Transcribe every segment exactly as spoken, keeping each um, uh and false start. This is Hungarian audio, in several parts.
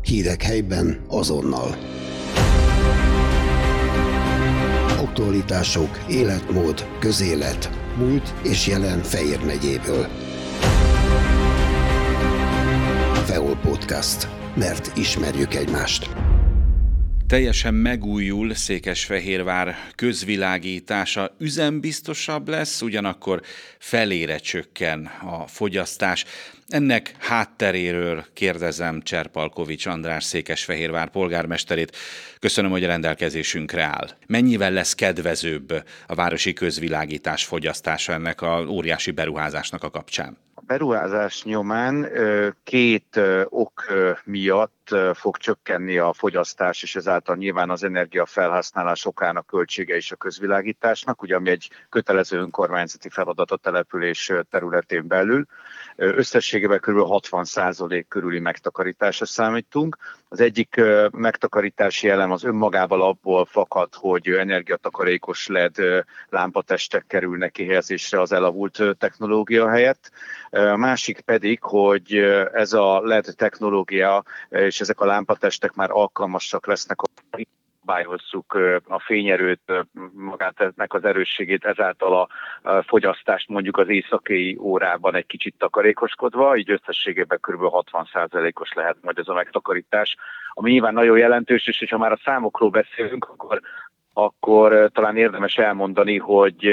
Hírek helyben azonnal. Aktualitások, életmód, közélet, múlt és jelen Fejér megyéből. Feol Podcast, mert ismerjük egymást. Teljesen megújul Székesfehérvár közvilágítása, üzembiztosabb lesz, ugyanakkor felére csökken a fogyasztás. Ennek hátteréről kérdezem Cserpalkovics András Székesfehérvár polgármesterét. Köszönöm, hogy a rendelkezésünkre áll. Mennyivel lesz kedvezőbb a városi közvilágítás fogyasztása ennek a óriási beruházásnak a kapcsán? A beruházás nyomán két ok miatt fog csökkenni a fogyasztás, és ezáltal nyilván az energiafelhasználás okának költsége is a közvilágításnak, ugye ami egy kötelező önkormányzati feladat a település területén belül. Összességében kb. hatvan százalék körüli megtakarításra számítunk. Az egyik megtakarítási elem az önmagával abból fakad, hogy energiatakarékos el é dé lámpatestek kerülnek kihelyezésre az elavult technológia helyett. A másik pedig, hogy ez a el é dé technológia és ezek a lámpatestek már alkalmasak lesznek, hogy szabályozzuk a fényerőt, magát ennek az erősségét, ezáltal a fogyasztást mondjuk az éjszakai órában egy kicsit takarékoskodva, így összességében kb. hatvan százalékos lehet majd ez a megtakarítás, ami nyilván nagyon jelentős, és ha már a számokról beszélünk, akkor, akkor talán érdemes elmondani, hogy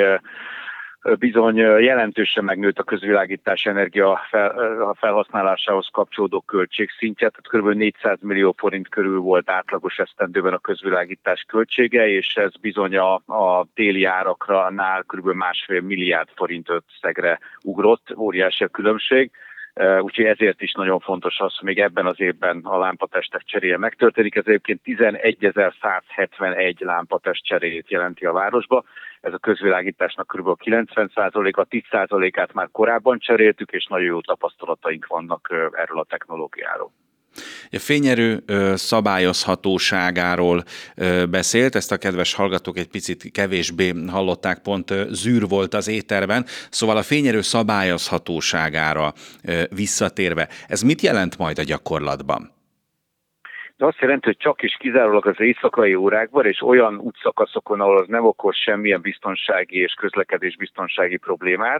bizony jelentősen megnőtt a közvilágítás energia felhasználásához kapcsolódó költségszintje, tehát kb. négyszáz millió forint körül volt átlagos esztendőben a közvilágítás költsége, és ez bizony a, a téli áraknál kb. másfél milliárd forint összegre ugrott, óriási a különbség. Úgyhogy ezért is nagyon fontos az, hogy még ebben az évben a lámpatestek cseréje megtörténik. Ez egyébként tizenegyezer-százhetvenegy lámpatest cseréjét jelenti a városba. Ez a közvilágításnak kb. kilencven százalék, a tíz százalékát már korábban cseréltük, és nagyon jó tapasztalataink vannak erről a technológiáról. A fényerő szabályozhatóságáról beszélt, ezt a kedves hallgatók egy picit kevésbé hallották, pont zűr volt az éterben, szóval a fényerő szabályozhatóságára visszatérve, ez mit jelent majd a gyakorlatban? De azt jelenti, hogy csak is kizárólag az éjszakai órákban és olyan útszakaszokon, ahol az nem okoz semmilyen biztonsági és közlekedés biztonsági problémát,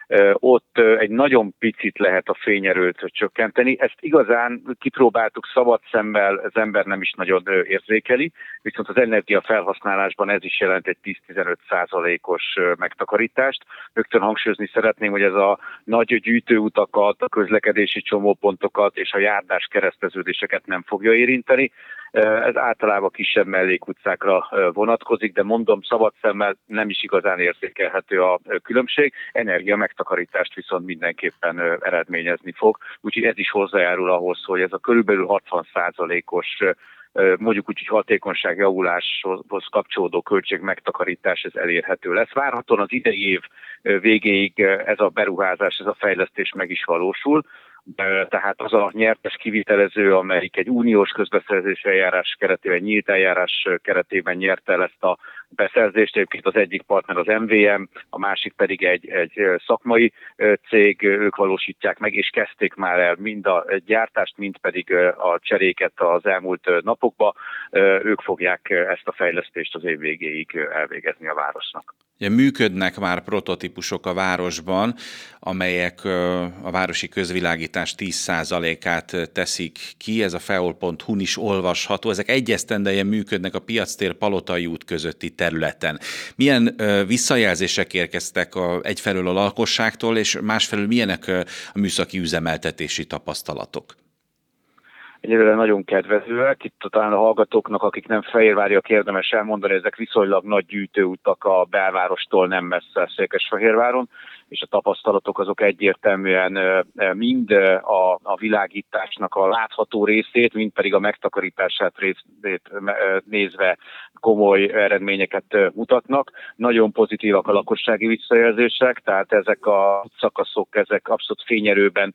ott egy nagyon picit lehet a fényerőt csökkenteni. Ezt igazán kipróbáltuk szabad szemmel, az ember nem is nagyon érzékeli, viszont az energiafelhasználásban ez is jelent egy tíz-tizenöt százalékos megtakarítást. Rögtön hangsúlyozni szeretném, hogy ez a nagy gyűjtőutakat, a közlekedési csomópontokat és a járdás kereszteződéseket nem fogja érinteni. Ez általában kisebb mellékutcákra vonatkozik, de mondom, szabad szemmel nem is igazán érzékelhető a különbség. Energia megtakarítást viszont mindenképpen eredményezni fog. Úgyhogy ez is hozzájárul ahhoz, hogy ez a körülbelül hatvan százalékos mondjuk úgy, hogy hatékonyságjavuláshoz kapcsolódó költség megtakarítás, ez elérhető lesz. Várhatóan az idei év végéig ez a beruházás, ez a fejlesztés meg is valósul. Tehát az a nyertes kivitelező, amelyik egy uniós közbeszerzési eljárás keretében, nyílt eljárás keretében nyerte el ezt a beszerzést. Egyébként az egyik partner az em vé em, a másik pedig egy, egy szakmai cég, ők valósítják meg, és kezdték már el mind a gyártást, mind pedig a cseréket az elmúlt napokban. Ők fogják ezt a fejlesztést az év végéig elvégezni a városnak. Ja, működnek már prototípusok a városban, amelyek a városi közvilágítás tíz százalékát teszik ki, ez a feol pont hu-n is olvasható. Ezek egy esztendeje működnek a Piactér Palotai út közötti területen. Milyen visszajelzések érkeztek a, egyfelől a lakosságtól, és másfelől milyenek a műszaki üzemeltetési tapasztalatok? Egyelőre nagyon kedvezőek. Itt talán a hallgatóknak, akik nem fehérváriak, érdemes elmondani, ezek viszonylag nagy gyűjtőutak a belvárostól nem messze Székesfehérváron, és a tapasztalatok azok egyértelműen mind a, a világításnak a látható részét, mind pedig a megtakarítását részét nézve komoly eredményeket mutatnak. Nagyon pozitívak a lakossági visszajelzések, tehát ezek a szakaszok, ezek abszolút fényerőben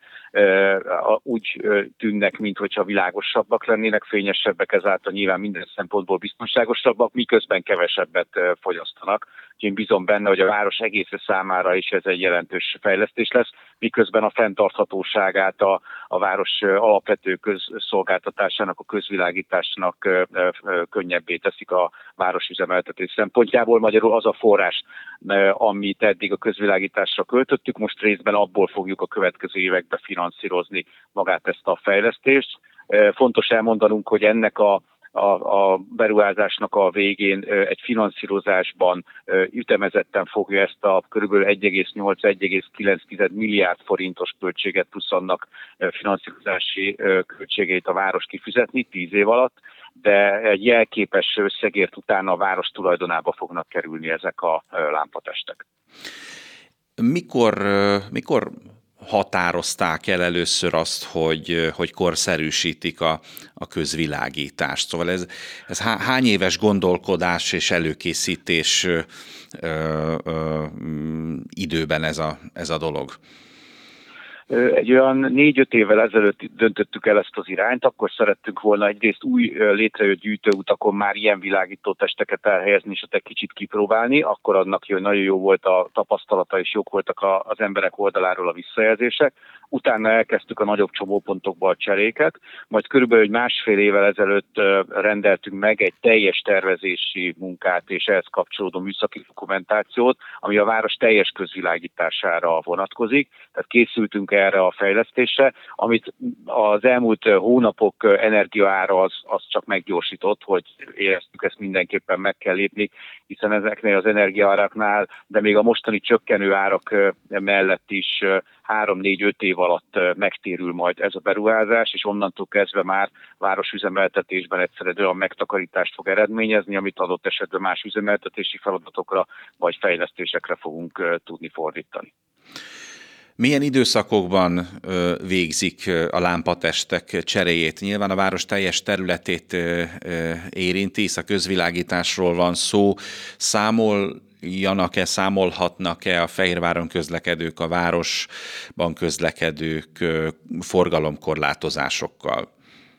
úgy tűnnek, minthogyha világosabbak lennének, fényesebbek, ezáltal nyilván minden szempontból biztonságosabbak, miközben kevesebbet fogyasztanak. Én bízom benne, hogy a város egésze számára is ez egy jelentős fejlesztés lesz, miközben a fenntarthatóságát a, a város alapvető közszolgáltatásának, a közvilágításnak könnyebbé teszik a városüzemeltetés szempontjából. Magyarul az a forrás, amit eddig a közvilágításra költöttük, most részben abból fogjuk a következő években finanszírozni magát ezt a fejlesztést. Fontos elmondanunk, hogy ennek a A, a beruházásnak a végén egy finanszírozásban ütemezetten fogja ezt a kb. egy egész nyolc - egy egész kilenc milliárd forintos költséget plusz annak finanszírozási költségeit a város kifizetni tíz év alatt, de egy jelképes összegért utána a város tulajdonába fognak kerülni ezek a lámpatestek. Mikor, mikor határozták el először azt, hogy, hogy korszerűsítik a, a közvilágítást? Szóval ez, ez hány éves gondolkodás és előkészítés ö, ö, időben ez a, ez a dolog? Egy olyan négy-öt évvel ezelőtt döntöttük el ezt az irányt, akkor szerettünk volna egyrészt új létrejött gyűjtőutakon már ilyen világító testeket elhelyezni, és ott egy kicsit kipróbálni, akkor annak jó, nagyon jó volt a tapasztalata, és jók voltak a, az emberek oldaláról a visszajelzések. Utána elkezdtük a nagyobb csomópontokba a cseréket, majd körülbelül egy másfél évvel ezelőtt rendeltünk meg egy teljes tervezési munkát és ehhez kapcsolódó műszaki dokumentációt, ami a város teljes közvilágítására vonatkozik. Tehát készültünk erre a fejlesztésre, amit az elmúlt hónapok energiaára az, az csak meggyorsított, hogy éreztük, ezt mindenképpen meg kell lépni, hiszen ezeknél az energiaáraknál, de még a mostani csökkenő árak mellett is három-négy-öt év alatt megtérül majd ez a beruházás, és onnantól kezdve már városüzemeltetésben egyszer egy olyan megtakarítást fog eredményezni, amit adott esetben más üzemeltetési feladatokra vagy fejlesztésekre fogunk tudni fordítani. Milyen időszakokban végzik a lámpatestek cseréjét? Nyilván a város teljes területét érinti, hisz a közvilágításról van szó. Számoljanak-e, számolhatnak-e a Fehérváron közlekedők, a városban közlekedők forgalomkorlátozásokkal?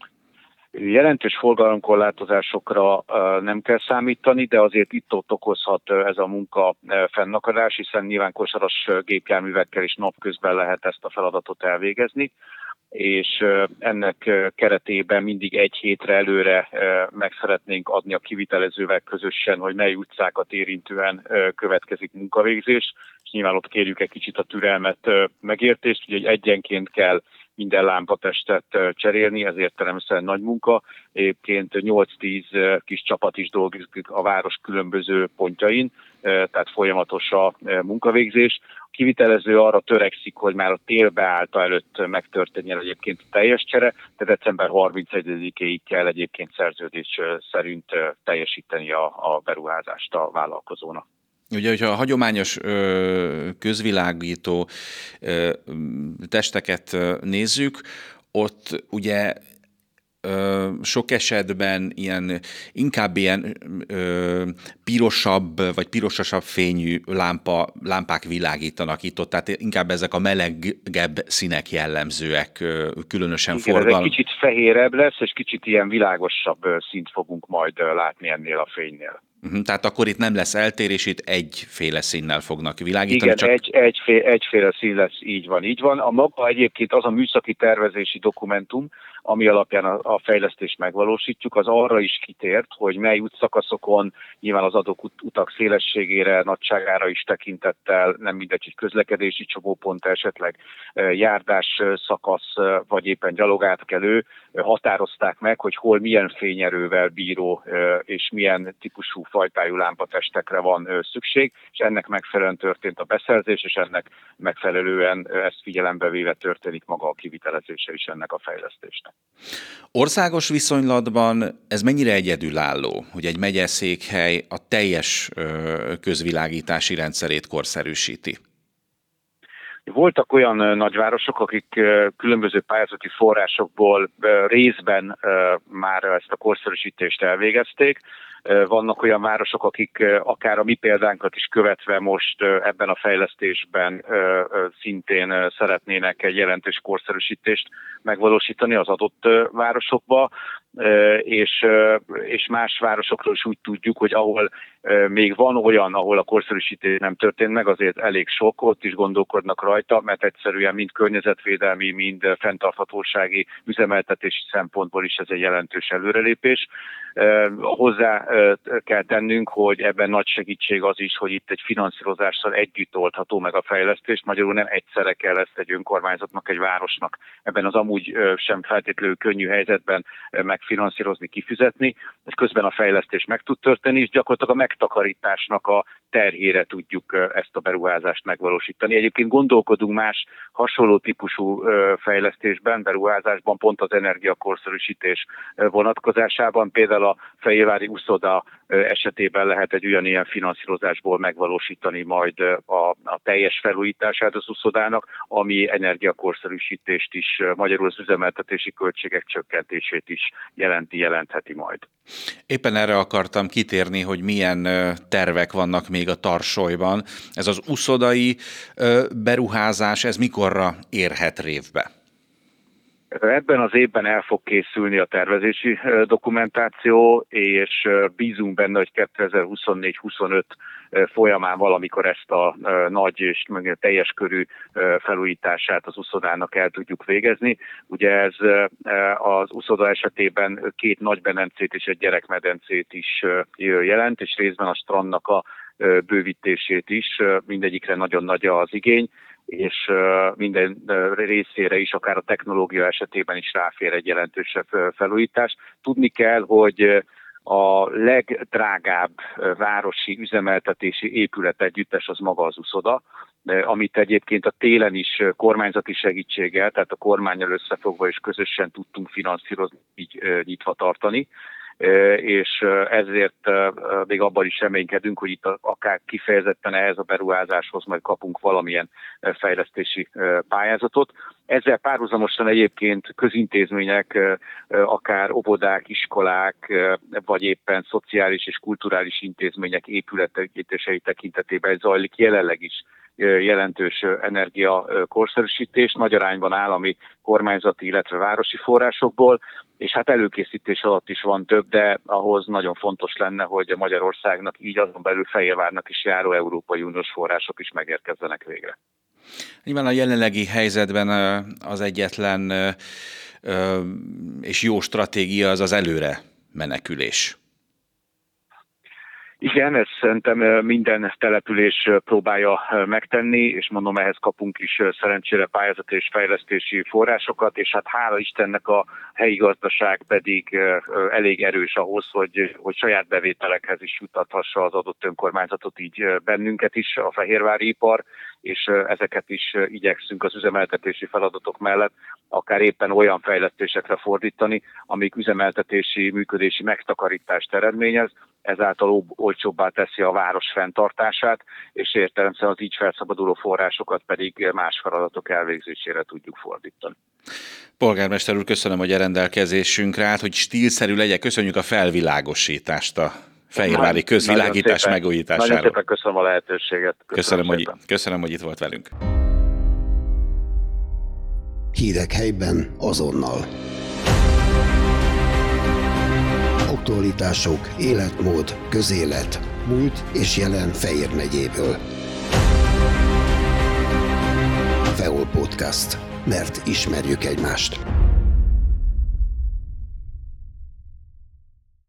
Jelentős forgalomkorlátozásokra nem kell számítani, de azért itt-ott okozhat ez a munka fennakadás, hiszen nyilván kosaras gépjárművekkel is napközben lehet ezt a feladatot elvégezni, és ennek keretében mindig egy hétre előre meg szeretnénk adni a kivitelezővel közösen, hogy mely utcákat érintően következik munkavégzés, és nyilván ott kérjük egy kicsit a türelmet, megértést, ugye egyenként kell minden lámpatestet cserélni, ezért természetesen nagy munka. Egyébként nyolc-tíz kis csapat is dolgozik a város különböző pontjain, tehát folyamatos a munkavégzés. A kivitelező arra törekszik, hogy már a tél beállta előtt megtörténjen egyébként a teljes csere, de december harmincegyedikéig kell egyébként szerződés szerint teljesíteni a, a beruházást a vállalkozónak. Ugye, hogyha a hagyományos ö, közvilágító ö, testeket nézzük, ott ugye ö, sok esetben ilyen, inkább ilyen ö, pirosabb vagy pirosasabb fényű lámpa, lámpák világítanak itt ott, tehát inkább ezek a melegebb színek jellemzőek, ö, különösen forgalom. Ez egy kicsit fehérebb lesz, és kicsit ilyen világosabb színt fogunk majd látni ennél a fénynél. Uh-huh, tehát akkor itt nem lesz eltérés, itt egyféle színnel fognak világítani. Igen, csak... egy, egyféle, egyféle szín lesz, így van, így van. A maga egyébként az a műszaki tervezési dokumentum, ami alapján a, a fejlesztést megvalósítjuk, az arra is kitért, hogy mely útszakaszokon, nyilván az adott ut- utak szélességére, nagyságára is tekintettel, nem mindegy, hogy közlekedési csomópont, esetleg járdás szakasz, vagy éppen gyalogátkelő, határozták meg, hogy hol milyen fényerővel bíró és milyen típusú fajtájú lámpatestekre van szükség, és ennek megfelelően történt a beszerzés, és ennek megfelelően ezt figyelembe véve történik maga a kivitelezése is ennek a fejlesztésnek. Országos viszonylatban ez mennyire egyedülálló, hogy egy megyeszékhely a teljes közvilágítási rendszerét korszerűsíti? Voltak olyan nagyvárosok, akik különböző pályázati forrásokból részben már ezt a korszerűsítést elvégezték. Vannak olyan városok, akik akár a mi példánkat is követve most ebben a fejlesztésben szintén szeretnének egy jelentős korszerűsítést megvalósítani az adott városokba, és, és más városokról is úgy tudjuk, hogy ahol még van olyan, ahol a korszerűsítés nem történt meg, azért elég sok, ott is gondolkodnak rajta, mert egyszerűen mind környezetvédelmi, mind fenntarthatósági, üzemeltetési szempontból is ez egy jelentős előrelépés. Hozzá kell tennünk, hogy ebben nagy segítség az is, hogy itt egy finanszírozással együtt oldható meg a fejlesztés. Magyarul nem egyszerre kell ezt egy önkormányzatnak, egy városnak ebben az amúgy sem feltétlenül könnyű helyzetben megfinanszírozni, kifizetni, és közben a fejlesztés meg tud történni, és gyakorlatilag a megtakarításnak a terhére tudjuk ezt a beruházást megvalósítani. Egyébként gondolkodunk más hasonló típusú fejlesztésben, beruházásban, pont az energiakorszerűsítés vonatkozásában, például a Fehérvári uszoda esetében lehet egy olyan ilyen finanszírozásból megvalósítani majd a, a teljes felújítását az uszodának, ami energiakorszerűsítést is, magyarul az üzemeltetési költségek csökkentését is jelenti, jelentheti majd. Éppen erre akartam kitérni, hogy milyen tervek vannak még a tarsolyban. Ez az uszodai beruházás, ez mikorra érhet révbe? Ebben az évben el fog készülni a tervezési dokumentáció, és bízunk benne, hogy kétezer-huszonnégy huszonöt folyamán valamikor ezt a nagy és teljes körű felújítását az uszodának el tudjuk végezni. Ugye ez az uszoda esetében két nagymedencét és egy gyerekmedencét is jelent, és részben a strandnak a bővítését is, mindegyikre nagyon nagy az igény, és minden részére is, akár a technológia esetében is ráfér egy jelentősebb felújítás. Tudni kell, hogy a legdrágább városi üzemeltetési épület együttes az maga az uszoda, amit egyébként a télen is kormányzati segítséggel, tehát a kormánnyal összefogva és közösen tudtunk finanszírozni, így nyitva tartani. És ezért még abban is reménykedünk, hogy itt akár kifejezetten ehhez a beruházáshoz majd kapunk valamilyen fejlesztési pályázatot. Ezzel párhuzamosan egyébként közintézmények, akár óvodák, iskolák, vagy éppen szociális és kulturális intézmények épületépítései tekintetében zajlik jelenleg is jelentős energiakorszerűsítés, nagy arányban állami, kormányzati, illetve városi forrásokból, és hát előkészítés alatt is van több, de ahhoz nagyon fontos lenne, hogy Magyarországnak, így azon belül Fehérvárnak is járó Európai Uniós források is megérkezzenek végre. Nyilván a jelenlegi helyzetben az egyetlen és jó stratégia az az előre menekülés. Igen, ezt szerintem minden település próbálja megtenni, és mondom, ehhez kapunk is szerencsére pályázati és fejlesztési forrásokat, és hát hála Istennek a helyi gazdaság pedig elég erős ahhoz, hogy, hogy saját bevételekhez is juttathassa az adott önkormányzatot, így bennünket is, a fehérvári ipar, és ezeket is igyekszünk az üzemeltetési feladatok mellett akár éppen olyan fejlesztésekre fordítani, amik üzemeltetési, működési megtakarítást eredményez, ezáltal olcsóbbá teszi a város fenntartását, és értelemszerűen az így felszabaduló forrásokat pedig más feladatok elvégzésére tudjuk fordítani. Polgármester úr, köszönöm, hogy a rendelkezésünkre állt, hogy stílszerű legyen. Köszönjük a felvilágosítást a fehérvári közvilágítás megújításáról. Nagyon szépen köszönöm a lehetőséget. Köszönöm, köszönöm, hogy, köszönöm, hogy itt volt velünk. Hírek helyben azonnal. Aktualitások, életmód, közélet, múlt és jelen Fejér megyéből. Feol Podcast. Mert ismerjük egymást.